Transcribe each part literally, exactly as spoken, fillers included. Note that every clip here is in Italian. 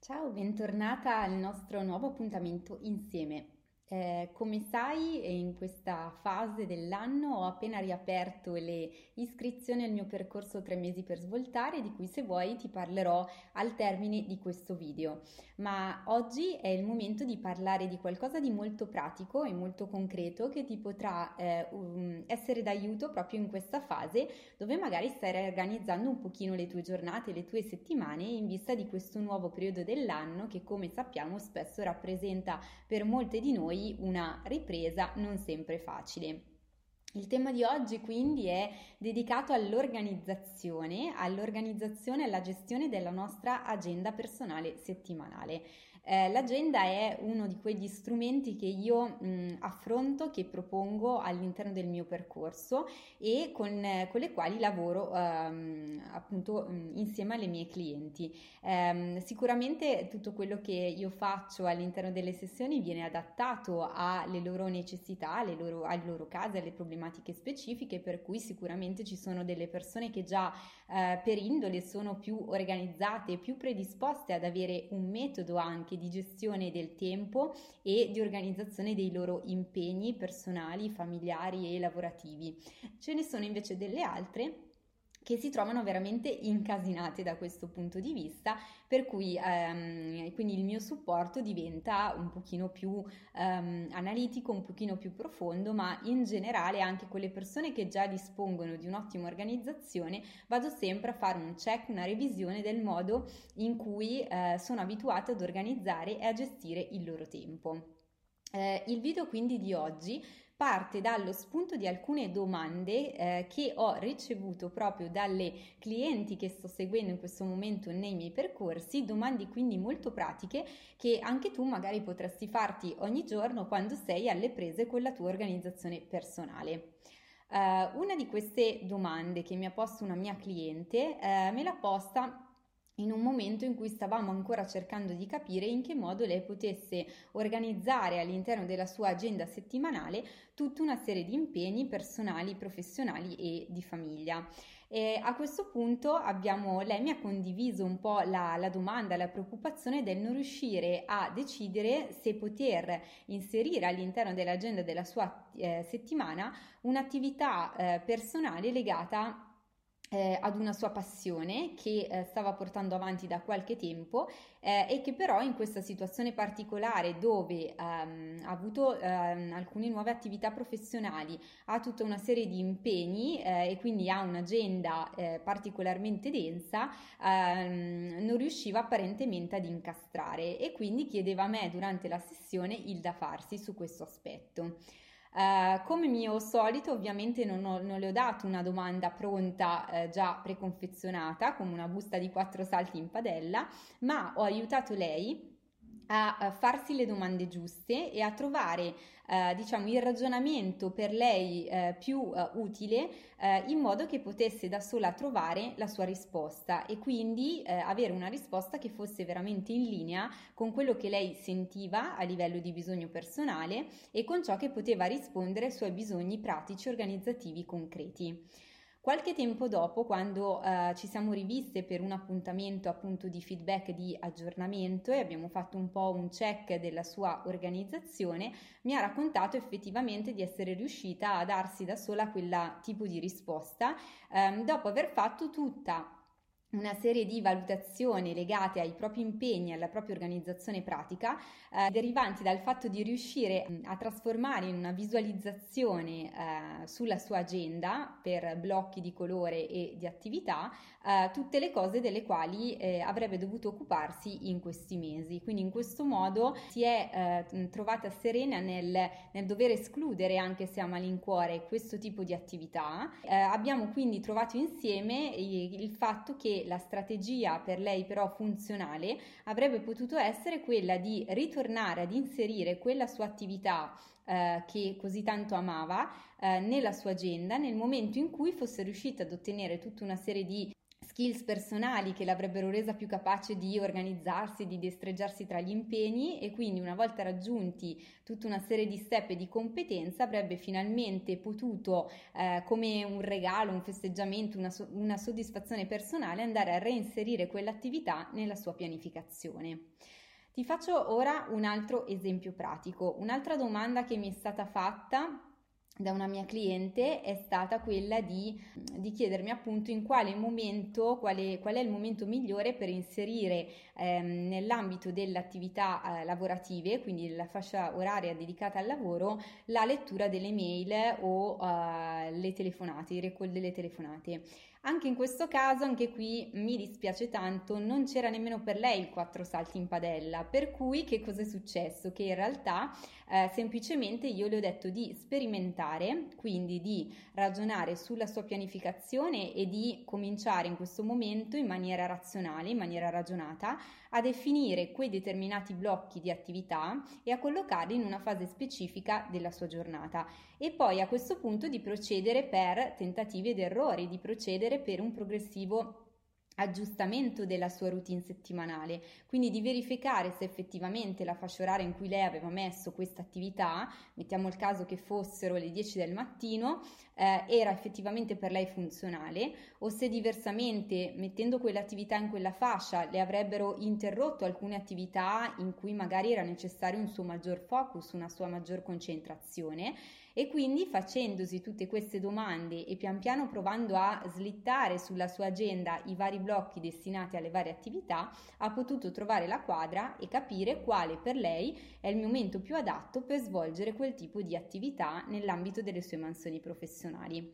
Ciao, bentornata al nostro nuovo appuntamento insieme. Eh, come sai, in questa fase dell'anno ho appena riaperto le iscrizioni al mio percorso tre mesi per svoltare, di cui se vuoi ti parlerò al termine di questo video. Ma oggi è il momento di parlare di qualcosa di molto pratico e molto concreto che ti potrà eh, um, essere d'aiuto proprio in questa fase dove magari stai organizzando un pochino le tue giornate, le tue settimane in vista di questo nuovo periodo dell'anno che, come sappiamo, spesso rappresenta per molte di noi una ripresa non sempre facile. Il tema di oggi quindi è dedicato all'organizzazione, all'organizzazione e alla gestione della nostra agenda personale settimanale. Eh, l'agenda è uno di quegli strumenti che io mh, affronto, che propongo all'interno del mio percorso e con, eh, con le quali lavoro ehm, appunto mh, insieme alle mie clienti. Eh, sicuramente tutto quello che io faccio all'interno delle sessioni viene adattato alle loro necessità, alle loro, alle loro case, alle problematiche specifiche, per cui sicuramente ci sono delle persone che già eh, per indole sono più organizzate, più predisposte ad avere un metodo anche di gestione del tempo e di organizzazione dei loro impegni personali, familiari e lavorativi. Ce ne sono invece delle altre che si trovano veramente incasinate da questo punto di vista, per cui ehm, quindi il mio supporto diventa un pochino più ehm, analitico, un pochino più profondo, ma in generale anche con le persone che già dispongono di un'ottima organizzazione vado sempre a fare un check, una revisione del modo in cui eh, sono abituate ad organizzare e a gestire il loro tempo. Eh, il video quindi di oggi parte dallo spunto di alcune domande eh, che ho ricevuto proprio dalle clienti che sto seguendo in questo momento nei miei percorsi, domande quindi molto pratiche che anche tu magari potresti farti ogni giorno quando sei alle prese con la tua organizzazione personale. Uh, una di queste domande che mi ha posto una mia cliente uh, me l'ha posta in un momento in cui stavamo ancora cercando di capire in che modo lei potesse organizzare all'interno della sua agenda settimanale tutta una serie di impegni personali, professionali e di famiglia. E a questo punto abbiamo, lei mi ha condiviso un po' la, la domanda, la preoccupazione del non riuscire a decidere se poter inserire all'interno dell'agenda della sua eh, settimana un'attività eh, personale legata Eh, ad una sua passione che eh, stava portando avanti da qualche tempo eh, e che però in questa situazione particolare dove ehm, ha avuto ehm, alcune nuove attività professionali, ha tutta una serie di impegni eh, e quindi ha un'agenda eh, particolarmente densa, ehm, non riusciva apparentemente ad incastrare e quindi chiedeva a me durante la sessione il da farsi su questo aspetto. Uh, come mio solito, ovviamente non, ho, non le ho dato una domanda pronta, eh, già preconfezionata, come una busta di quattro salti in padella, ma ho aiutato lei a, a farsi le domande giuste e a trovare, eh, diciamo, il ragionamento per lei eh, più eh, utile eh, in modo che potesse da sola trovare la sua risposta e quindi eh, avere una risposta che fosse veramente in linea con quello che lei sentiva a livello di bisogno personale e con ciò che poteva rispondere ai suoi bisogni pratici, organizzativi, concreti. Qualche tempo dopo, quando eh, ci siamo riviste per un appuntamento appunto di feedback, di aggiornamento e abbiamo fatto un po' un check della sua organizzazione, mi ha raccontato effettivamente di essere riuscita a darsi da sola quella tipo di risposta ehm, dopo aver fatto tutta una serie di valutazioni legate ai propri impegni, alla propria organizzazione pratica, eh, derivanti dal fatto di riuscire a trasformare in una visualizzazione eh, sulla sua agenda per blocchi di colore e di attività eh, tutte le cose delle quali eh, avrebbe dovuto occuparsi in questi mesi. Quindi in questo modo si è eh, trovata serena nel, nel dover escludere, anche se a malincuore, questo tipo di attività. Eh, abbiamo quindi trovato insieme il, il fatto che la strategia per lei però funzionale avrebbe potuto essere quella di ritornare ad inserire quella sua attività eh, che così tanto amava eh, nella sua agenda nel momento in cui fosse riuscita ad ottenere tutta una serie di skills personali che l'avrebbero resa più capace di organizzarsi, di destreggiarsi tra gli impegni, e quindi una volta raggiunti tutta una serie di step e di competenze avrebbe finalmente potuto, eh, come un regalo, un festeggiamento, una, so- una soddisfazione personale, andare a reinserire quell'attività nella sua pianificazione. Ti faccio ora un altro esempio pratico. Un'altra domanda che mi è stata fatta da una mia cliente è stata quella di, di chiedermi appunto in quale momento, quale, qual è il momento migliore per inserire ehm, nell'ambito delle attività eh, lavorative, quindi la fascia oraria dedicata al lavoro, la lettura delle mail o eh, le telefonate, i recall delle telefonate. Anche in questo caso, anche qui mi dispiace tanto, non c'era nemmeno per lei il quattro salti in padella, per cui che cosa è successo? Che in realtà eh, semplicemente io le ho detto di sperimentare, quindi di ragionare sulla sua pianificazione e di cominciare in questo momento in maniera razionale, in maniera ragionata, a definire quei determinati blocchi di attività e a collocarli in una fase specifica della sua giornata, e poi a questo punto di procedere per tentativi ed errori, di procedere per un progressivo aggiustamento della sua routine settimanale, quindi di verificare se effettivamente la fascia oraria in cui lei aveva messo questa attività, mettiamo il caso che fossero le dieci del mattino, eh, era effettivamente per lei funzionale, o se diversamente, mettendo quell'attività in quella fascia, le avrebbero interrotto alcune attività in cui magari era necessario un suo maggior focus, una sua maggior concentrazione. E quindi, facendosi tutte queste domande e pian piano provando a slittare sulla sua agenda i vari blocchi destinati alle varie attività, ha potuto trovare la quadra e capire quale per lei è il momento più adatto per svolgere quel tipo di attività nell'ambito delle sue mansioni professionali.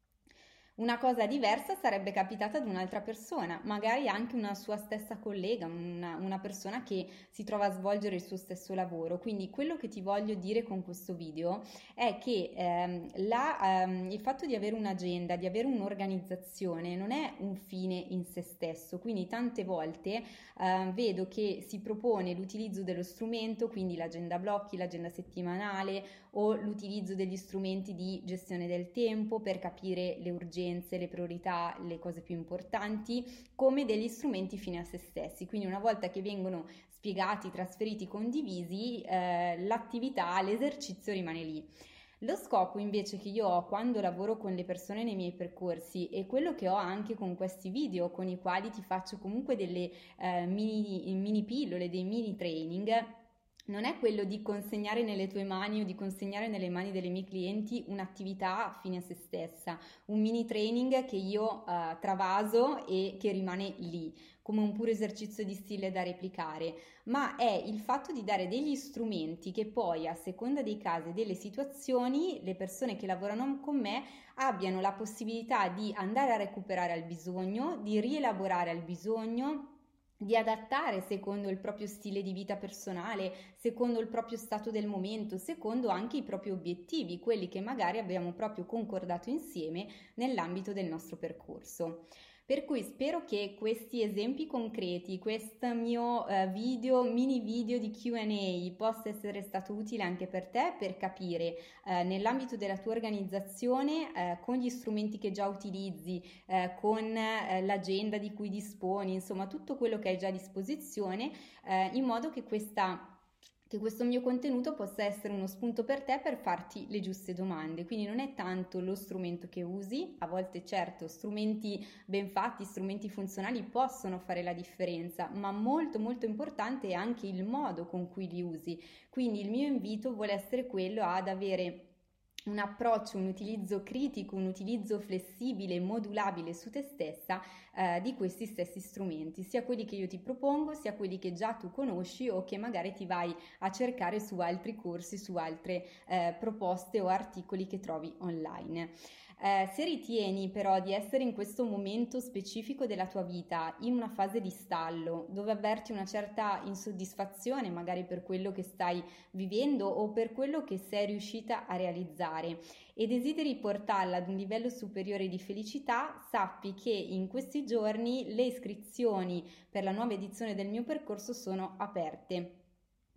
Una cosa diversa sarebbe capitata ad un'altra persona, magari anche una sua stessa collega, una, una persona che si trova a svolgere il suo stesso lavoro. Quindi quello che ti voglio dire con questo video è che ehm, la, ehm, il fatto di avere un'agenda, di avere un'organizzazione non è un fine in se stesso. Quindi tante volte eh, vedo che si propone l'utilizzo dello strumento, quindi l'agenda blocchi, l'agenda settimanale o l'utilizzo degli strumenti di gestione del tempo per capire le urgenze, le priorità, le cose più importanti, come degli strumenti fine a se stessi. Quindi una volta che vengono spiegati, trasferiti, condivisi, eh, l'attività, l'esercizio rimane lì. Lo scopo invece che io ho quando lavoro con le persone nei miei percorsi, e quello che ho anche con questi video con i quali ti faccio comunque delle eh, mini, mini pillole, dei mini training, non è quello di consegnare nelle tue mani o di consegnare nelle mani delle mie clienti un'attività fine a se stessa, un mini training che io uh, travaso e che rimane lì, come un puro esercizio di stile da replicare, ma è il fatto di dare degli strumenti che poi, a seconda dei casi e delle situazioni, le persone che lavorano con me abbiano la possibilità di andare a recuperare al bisogno, di rielaborare al bisogno, di adattare secondo il proprio stile di vita personale, secondo il proprio stato del momento, secondo anche i propri obiettivi, quelli che magari abbiamo proprio concordato insieme nell'ambito del nostro percorso. Per cui spero che questi esempi concreti, questo mio eh, video, mini video di Q and A possa essere stato utile anche per te, per capire eh, nell'ambito della tua organizzazione, eh, con gli strumenti che già utilizzi, eh, con eh, l'agenda di cui disponi, insomma tutto quello che hai già a disposizione, eh, in modo che questa che questo mio contenuto possa essere uno spunto per te per farti le giuste domande. Quindi non è tanto lo strumento che usi, a volte certo strumenti ben fatti, strumenti funzionali possono fare la differenza, ma molto molto importante è anche il modo con cui li usi. Quindi il mio invito vuole essere quello ad avere un approccio, un utilizzo critico, un utilizzo flessibile, modulabile su te stessa eh, di questi stessi strumenti, sia quelli che io ti propongo, sia quelli che già tu conosci o che magari ti vai a cercare su altri corsi, su altre eh, proposte o articoli che trovi online. Eh, se ritieni però di essere in questo momento specifico della tua vita in una fase di stallo, dove avverti una certa insoddisfazione magari per quello che stai vivendo o per quello che sei riuscita a realizzare e desideri portarla ad un livello superiore di felicità, sappi che in questi giorni le iscrizioni per la nuova edizione del mio percorso sono aperte.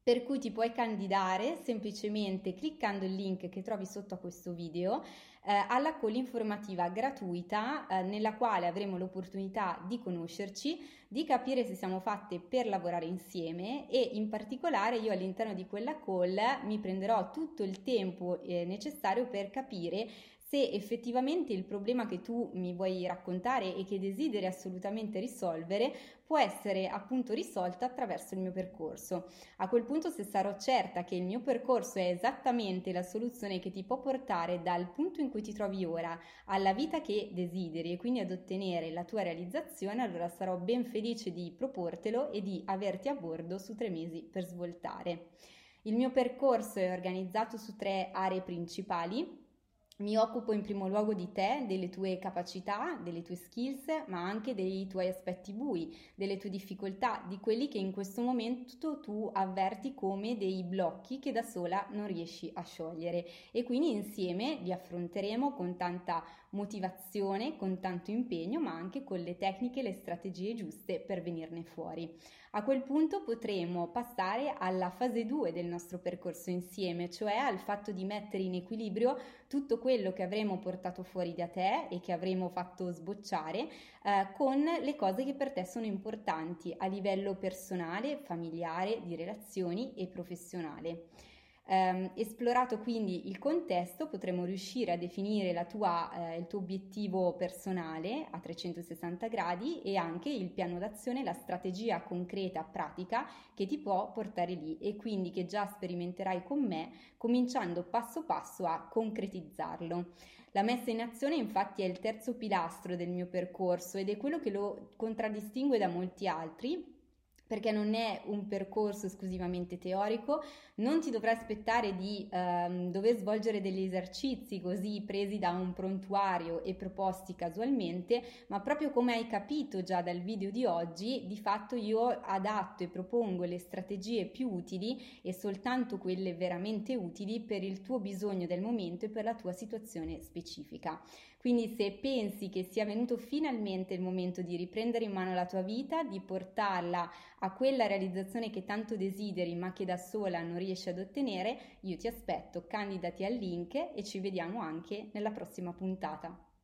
per cui ti puoi candidare semplicemente cliccando il link che trovi sotto a questo video eh, alla call informativa gratuita eh, nella quale avremo l'opportunità di conoscerci, di capire se siamo fatte per lavorare insieme e in particolare io all'interno di quella call mi prenderò tutto il tempo eh, necessario per capire se effettivamente il problema che tu mi vuoi raccontare e che desideri assolutamente risolvere può essere appunto risolta attraverso il mio percorso. A quel punto, se sarò certa che il mio percorso è esattamente la soluzione che ti può portare dal punto in cui ti trovi ora alla vita che desideri e quindi ad ottenere la tua realizzazione, allora sarò ben felice di proportelo e di averti a bordo su tre mesi per svoltare. Il mio percorso è organizzato su tre aree principali. Mi occupo in primo luogo di te, delle tue capacità, delle tue skills, ma anche dei tuoi aspetti bui, delle tue difficoltà, di quelli che in questo momento tu avverti come dei blocchi che da sola non riesci a sciogliere. E quindi insieme li affronteremo con tanta motivazione, con tanto impegno, ma anche con le tecniche e le strategie giuste per venirne fuori. A quel punto potremo passare alla fase due del nostro percorso insieme, cioè al fatto di mettere in equilibrio tutto quello che avremo portato fuori da te e che avremo fatto sbocciare eh, con le cose che per te sono importanti a livello personale, familiare, di relazioni e professionale. Um, esplorato quindi il contesto, potremo riuscire a definire la tua, eh, il tuo obiettivo personale a trecentosessanta gradi e anche il piano d'azione, la strategia concreta, pratica che ti può portare lì e quindi che già sperimenterai con me, cominciando passo passo a concretizzarlo. La messa in azione infatti è il terzo pilastro del mio percorso ed è quello che lo contraddistingue da molti altri, perché non è un percorso esclusivamente teorico, non ti dovrai aspettare di ehm, dover svolgere degli esercizi così presi da un prontuario e proposti casualmente, ma proprio come hai capito già dal video di oggi, di fatto io adatto e propongo le strategie più utili e soltanto quelle veramente utili per il tuo bisogno del momento e per la tua situazione specifica. Quindi se pensi che sia venuto finalmente il momento di riprendere in mano la tua vita, di portarla a quella realizzazione che tanto desideri ma che da sola non riesci ad ottenere, io ti aspetto, candidati al link e ci vediamo anche nella prossima puntata.